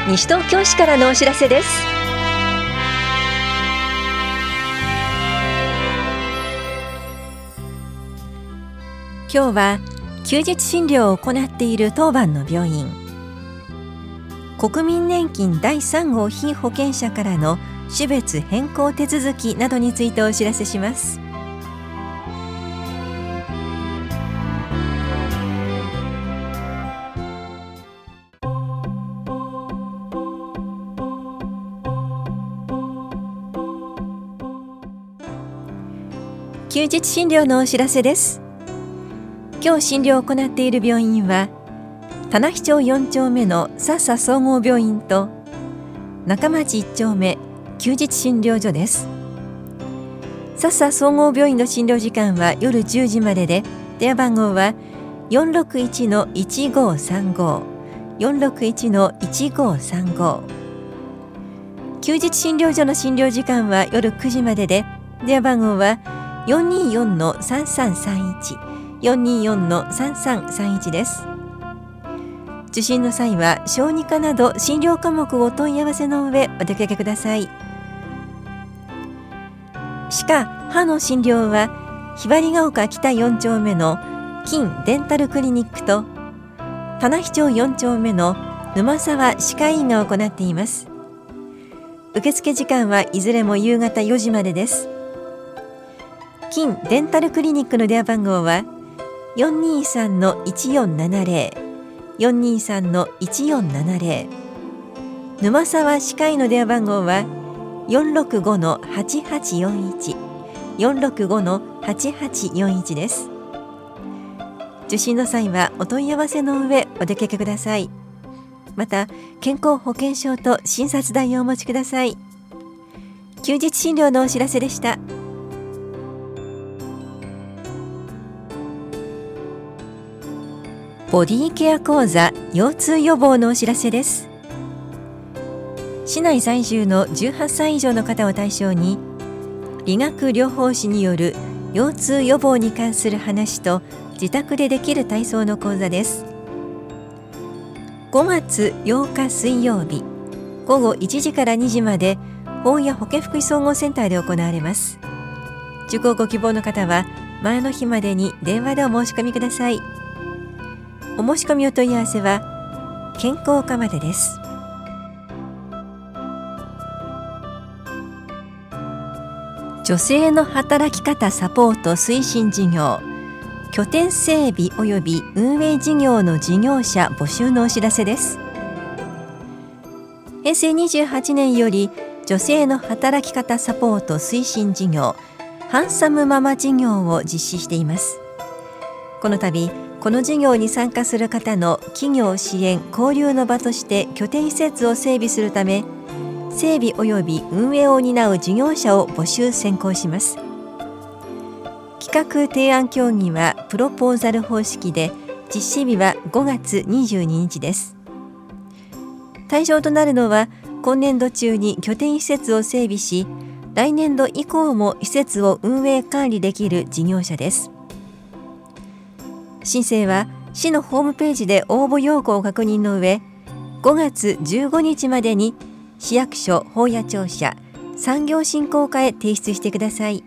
西東京市からのお知らせです。今日は休日診療を行っている当番の病院、国民年金第3号被保険者からの種別変更手続きなどについてお知らせします。休日診療のお知らせです。今日診療を行っている病院は棚比町4丁目の笹総合病院と中町1丁目休日診療所です。笹総合病院の診療時間は夜10時までで、電話番号は 461-1535 461-1535。休日診療所の診療時間は夜9時までで、電話番号は 424-3331 424-3331 です。受診の際は小児科など診療科目をお問い合わせの上お出かけください。歯科・歯の診療はひばりが丘北4丁目の金デンタルクリニックと棚比町4丁目の沼沢歯科医院が行っています。受付時間はいずれも夕方4時までです。金デンタルクリニックの電話番号は 423-1470 423-1470。沼沢歯科医の電話番号は 465-8841 465-8841 です。受診の際はお問い合わせの上お出かけください。また健康保険証と診察代をお持ちください。休日診療のお知らせでした。ボディケア講座腰痛予防のお知らせです。市内在住の18歳以上の方を対象に理学療法士による腰痛予防に関する話と自宅でできる体操の講座です。5月8日水曜日午後1時から2時まで保谷保健福祉総合センターで行われます。受講ご希望の方は前の日までに電話でお申し込みください。お申し込みお問い合わせは健康課までです。女性の働き方サポート推進事業、拠点整備及び運営事業の事業者募集のお知らせです。平成28年より女性の働き方サポート推進事業、ハンサムママ事業を実施しています。この度この事業に参加する方の企業支援・交流の場として拠点施設を整備するため、整備及び運営を担う事業者を募集選考します。企画提案協議はプロポーザル方式で、実施日は5月22日です。対象となるのは今年度中に拠点施設を整備し、来年度以降も施設を運営管理できる事業者です。申請は市のホームページで応募要項を確認の上、5月15日までに市役所保谷庁舎産業振興課へ提出してください。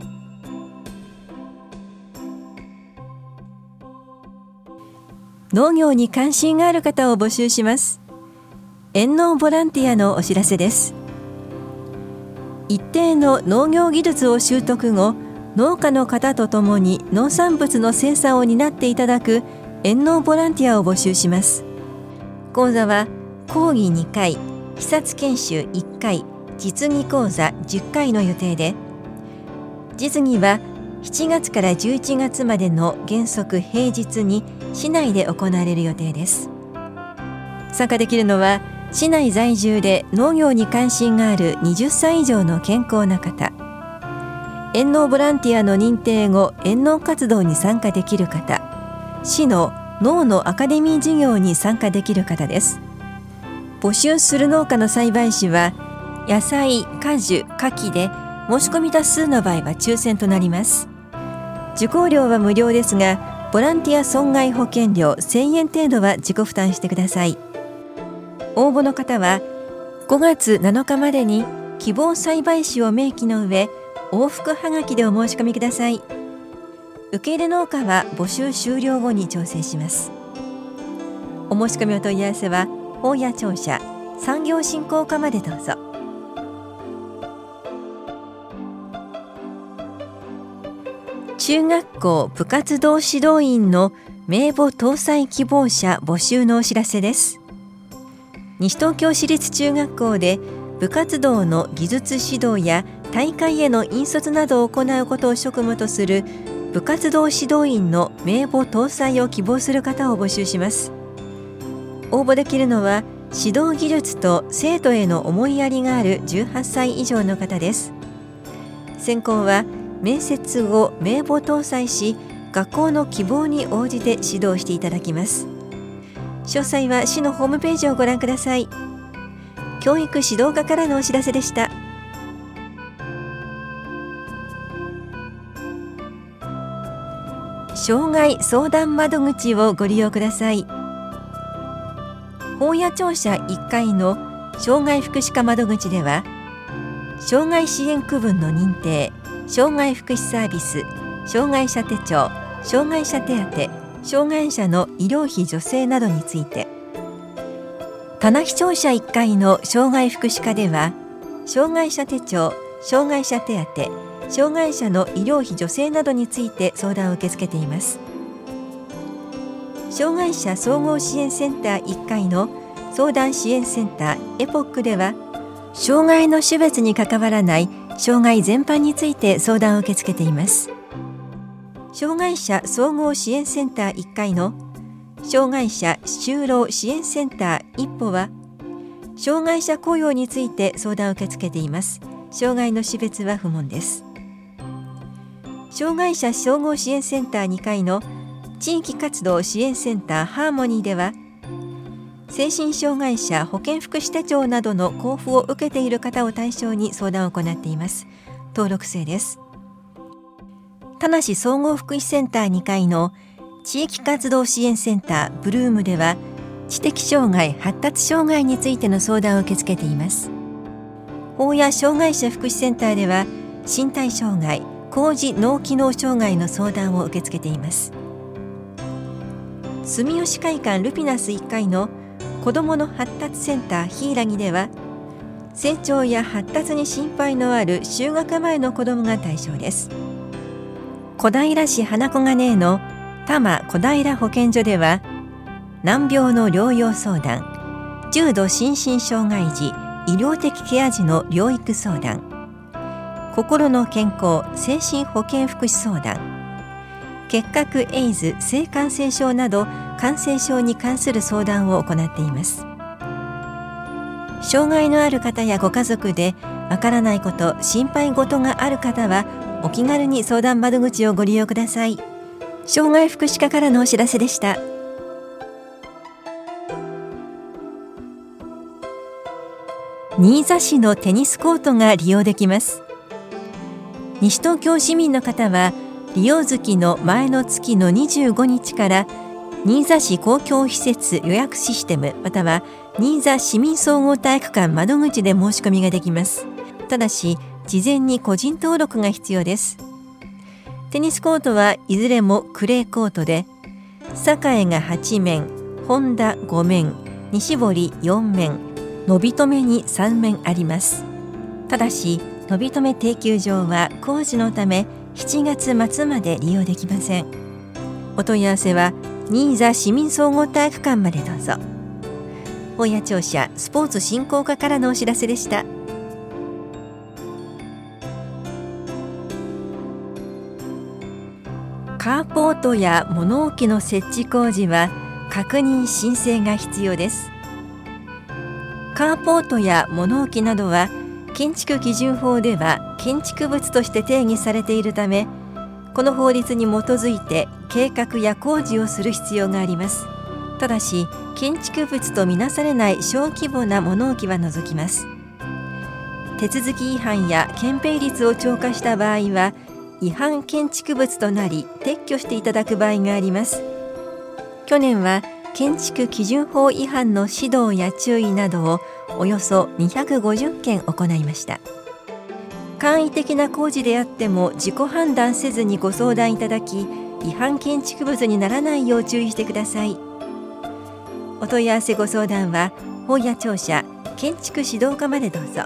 農業に関心がある方を募集します。遠農ボランティアのお知らせです。一定の農業技術を習得後、農家の方とともに農産物の生産を担っていただく遠農ボランティアを募集します。講座は講義2回、視察研修1回、実技講座10回の予定で、実技は7月から11月までの原則平日に市内で行われる予定です。参加できるのは市内在住で農業に関心がある20歳以上の健康な方、遠農ボランティアの認定後遠農活動に参加できる方、市の農のアカデミー事業に参加できる方です。募集する農家の栽培種は野菜、果樹、果樹で、申し込み多数の場合は抽選となります。受講料は無料ですが、ボランティア損害保険料1000円程度は自己負担してください。 応募の方は5月7日までに希望栽培種を明記の上、往復はがきでお申し込みください。受け入れ農家は募集終了後に調整します。お申し込みお問い合わせは法屋庁舎産業振興課までどうぞ。中学校部活動指導員の名簿搭載希望者募集のお知らせです。西東京市立中学校で部活動の技術指導や大会への引率などを行うことを職務とする部活動指導員の名簿搭載を希望する方を募集します。応募できるのは指導技術と生徒への思いやりがある18歳以上の方です。選考は面接後名簿搭載し、学校の希望に応じて指導していただきます。詳細は市のホームページをご覧ください。教育指導課からのお知らせでした。障害相談窓口をご利用ください。法屋庁舎1階の障害福祉課窓口では、障害支援区分の認定、障害福祉サービス、障害者手帳、障害者手当、障害者の医療費助成などについて、棚視庁舎1階の障害福祉課では、障害者手帳、障害者手当、障害者の医療費助成などについて相談を受け付けています。障害者総合支援センター1階の相談支援センターエポックでは、障害の種別にかかわらない障害全般について相談を受け付けています。障害者総合支援センター1階の障害者就労支援センター一歩は、障害者雇用について相談を受け付けています。障害の種別は不問です。障害者総合支援センター2階の地域活動支援センターハーモニーでは、精神障害者保健福祉手帳などの交付を受けている方を対象に相談を行っています。登録制です。田無総合福祉センター2階の地域活動支援センターブルームでは、知的障害発達障害についての相談を受け付けています。法屋障害者福祉センターでは、身体障害、高次脳機能障害の相談を受け付けています。住吉会館ルピナス1階の子どもの発達センターひいらぎでは、成長や発達に心配のある就学前の子どもが対象です。小平市花小金井の多摩小平保健所では、難病の療養相談、重度心身障害児医療的ケア児の療育相談、心の健康精神保健福祉相談、結核エイズ性感染症など感染症に関する相談を行っています。障害のある方やご家族でわからないこと、心配事がある方はお気軽に相談窓口をご利用ください。障害福祉課からのお知らせでした。新座市のテニスコートが利用できます。西東京市民の方は利用月の前の月の25日から新座市公共施設予約システムまたは新座市民総合体育館窓口で申し込みができます。ただし事前に個人登録が必要です。テニスコートはいずれもクレーコートで、栄が8面、本田5面、西堀4面、伸び止めに3面あります。ただし伸び止め定休場は工事のため7月末まで利用できません。お問い合わせは新座市民総合体育館までどうぞ。法屋庁舎スポーツ振興課からのお知らせでした。カーポートや物置の設置工事は確認申請が必要です。カーポートや物置などは建築基準法では建築物として定義されているため、この法律に基づいて計画や工事をする必要があります。ただし建築物とみなされない小規模な物置は除きます。手続き違反や建蔽率を超過した場合は違反建築物となり撤去していただく場合があります。去年は建築基準法違反の指導や注意などをおよそ250件行いました。簡易的な工事であっても自己判断せずにご相談いただき、違反建築物にならないよう注意してください。お問い合わせご相談は本屋庁舎建築指導課までどうぞ。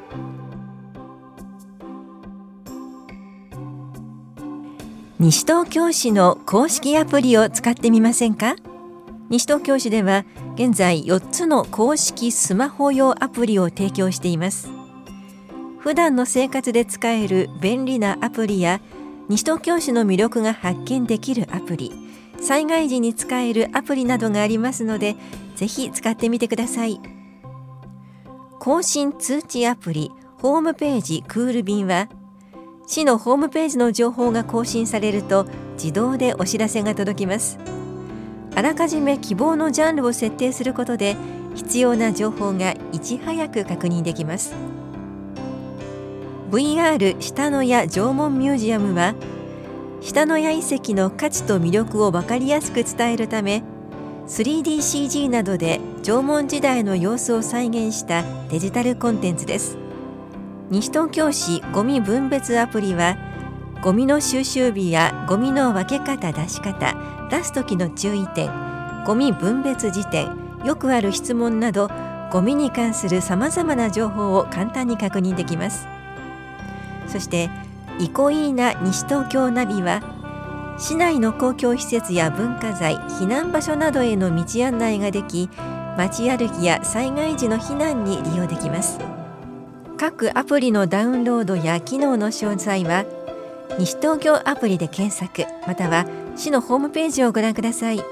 西東京市の公式アプリを使ってみませんか？西東京市では現在4つの公式スマホ用アプリを提供しています。普段の生活で使える便利なアプリや西東京市の魅力が発見できるアプリ、災害時に使えるアプリなどがありますので、ぜひ使ってみてください。更新通知アプリホームページクール便は、市のホームページの情報が更新されると自動でお知らせが届きます。あらかじめ希望のジャンルを設定することで必要な情報がいち早く確認できます。VR 下野谷縄文ミュージアムは、下野谷遺跡の価値と魅力を分かりやすく伝えるため、3DCG などで縄文時代の様子を再現したデジタルコンテンツです。西東京市ゴミ分別アプリは、ゴミの収集日やゴミの分け方出し方、出す時の注意点、ゴミ分別時点、よくある質問など、ゴミに関するさまざまな情報を簡単に確認できます。そしてイコイーナ西東京ナビは、市内の公共施設や文化財、避難場所などへの道案内ができ、街歩きや災害時の避難に利用できます。各アプリのダウンロードや機能の詳細は西東京アプリで検索、または市のホームページをご覧ください。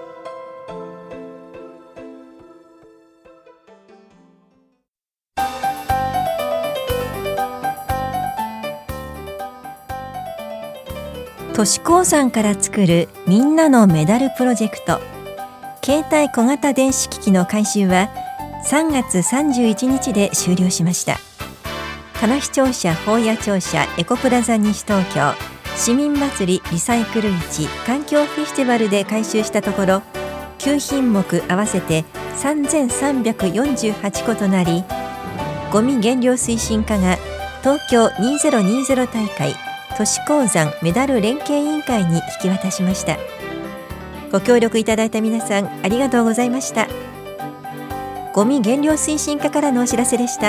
都市鉱山から作るみんなのメダルプロジェクト、携帯小型電子機器の回収は3月31日で終了しました。金市庁舎本屋庁舎エコプラザ西東京市民祭りリサイクル市環境フェスティバルで回収したところ、9品目合わせて3348個となり、ゴミ減量推進課が東京2020大会都市鉱山メダル連携委員会に引き渡しました。ご協力いただいた皆さんありがとうございました。ゴミ減量推進課からのお知らせでした。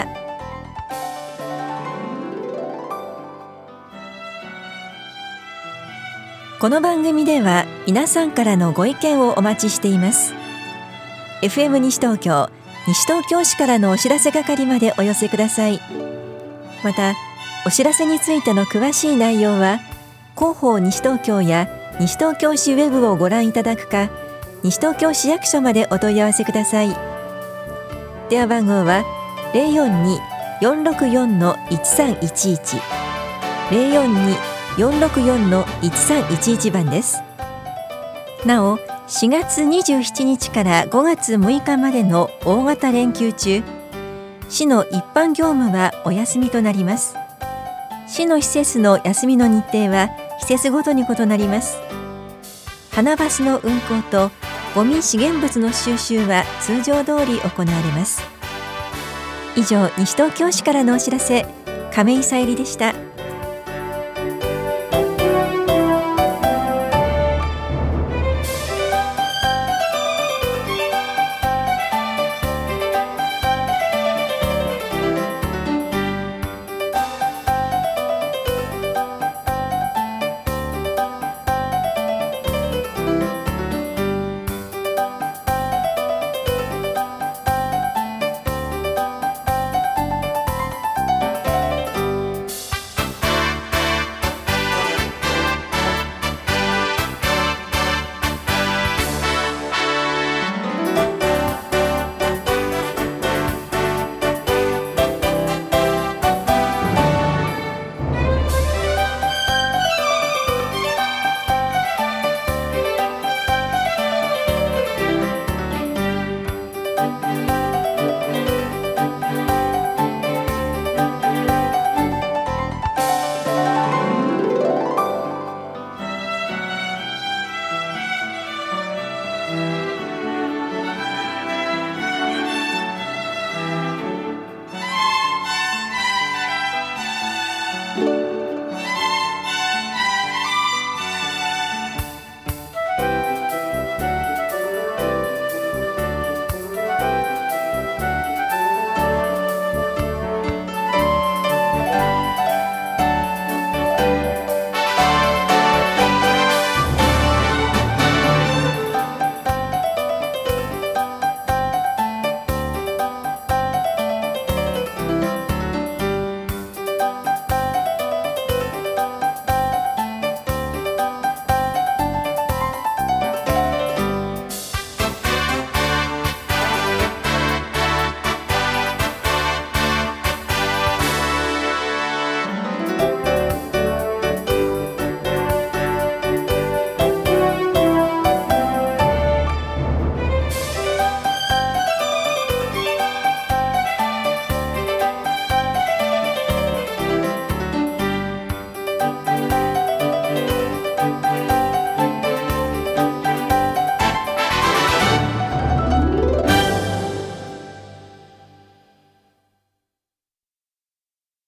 この番組では皆さんからのご意見をお待ちしています。 FM 西東京西東京市からのお知らせ係までお寄せください。またお知らせについての詳しい内容は広報西東京や西東京市ウェブをご覧いただくか、西東京市役所までお問い合わせください。電話番号は 042-464-1311 042-464-1311 番です。なお4月27日から5月6日までの大型連休中、市の一般業務はお休みとなります。市の施設の休みの日程は施設ごとに異なります。花バスの運行とゴミ資源物の収集は通常通り行われます。以上、西東京市からのお知らせ、亀井さゆりでした。